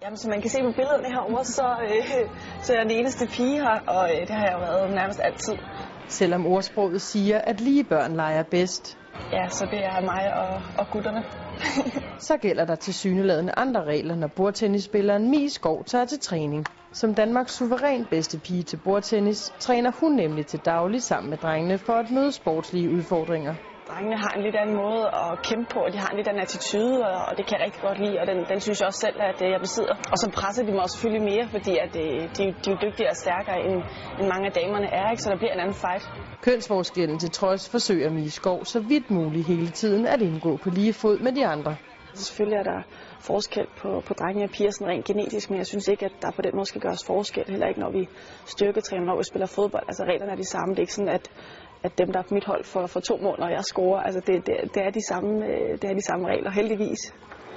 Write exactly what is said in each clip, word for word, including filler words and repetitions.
Jamen, som man kan se på billederne herovre, så, øh, så er jeg den eneste pige her, og øh, det har jeg jo været nærmest altid. Selvom ordsproget siger, at lige børn leger bedst. Ja, så det er mig og, og gutterne. Så gælder der tilsyneladende andre regler, når bordtennisspilleren Mie Skov tager til træning. Som Danmarks suverænt bedste pige til bordtennis, træner hun nemlig til daglig sammen med drengene for at møde sportslige udfordringer. Drengene har en lidt anden måde at kæmpe på, og de har en lidt anden attitude, og det kan jeg rigtig godt lide, og den, den synes jeg også selv, at jeg besidder. Og så presser de mig også selvfølgelig mere, fordi at de, de, de er dygtigere og stærkere, end, end mange af damerne er, ikke? Så der bliver en anden fight. Kønsforskellen til trods forsøger Mie Skov så vidt muligt hele tiden at indgå på lige fod med de andre. Selvfølgelig er der forskel på, på drenge og piger sådan rent genetisk, men jeg synes ikke, at der på den måde skal gøres forskel. Heller ikke når vi styrketræner, når vi spiller fodbold. Altså reglerne er de samme. Det er ikke sådan, at, at dem, der er på mit hold for, for to måneder, og jeg scorer, altså det, det, det, er de samme, det er de samme regler, heldigvis.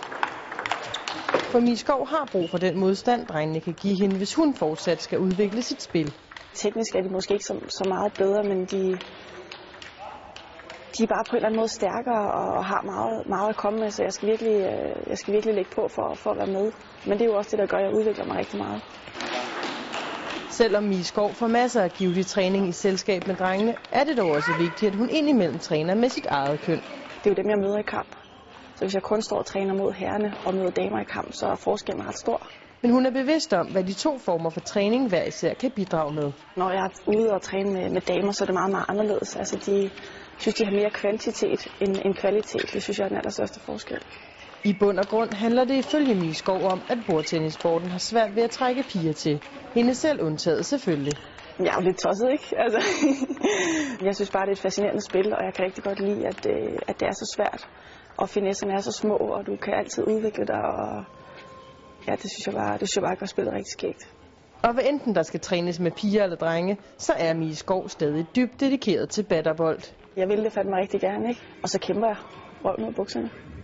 For Mie Skov har brug for den modstand, drengene kan give hende, hvis hun fortsat skal udvikle sit spil. Teknisk er de måske ikke så, så meget bedre, men de... De er bare på en eller anden måde stærkere og har meget, meget at komme med, så jeg skal virkelig, jeg skal virkelig lægge på for, for at være med. Men det er jo også det, der gør, at jeg udvikler mig rigtig meget. Selvom Mie Skov får masser af givtig træning i selskab med drengene, er det dog også vigtigt, at hun indimellem træner med sit eget køn. Det er jo dem, jeg møder i kamp. Så hvis jeg kun står og træner mod herrerne og møder damer i kamp, så er forskellen ret stor. Men hun er bevidst om, hvad de to former for træning hver især kan bidrage med. Når jeg er ude og træne med, med damer, så er det meget, meget anderledes. Altså de... Jeg synes, de har mere kvantitet end, end kvalitet. Det synes jeg er den allerstørste forskel. I bund og grund handler det ifølge Mie Skov om, at bordtennissporten har svært ved at trække piger til. Hende selv undtaget selvfølgelig. Jeg er jo lidt tosset, ikke? Altså, jeg synes bare, det er et fascinerende spil, og jeg kan rigtig godt lide, at, at det er så svært. Og finesserne er så små, og du kan altid udvikle dig. Og ja, det synes jeg bare, det synes jeg bare gør spillet rigtig skægt. Og hvad enten der skal trænes med piger eller drenge, så er Mie Skov stadig dybt dedikeret til batterbold. Jeg vil det fandme rigtig gerne, ikke? Og så kæmper jeg røv mod bukserne.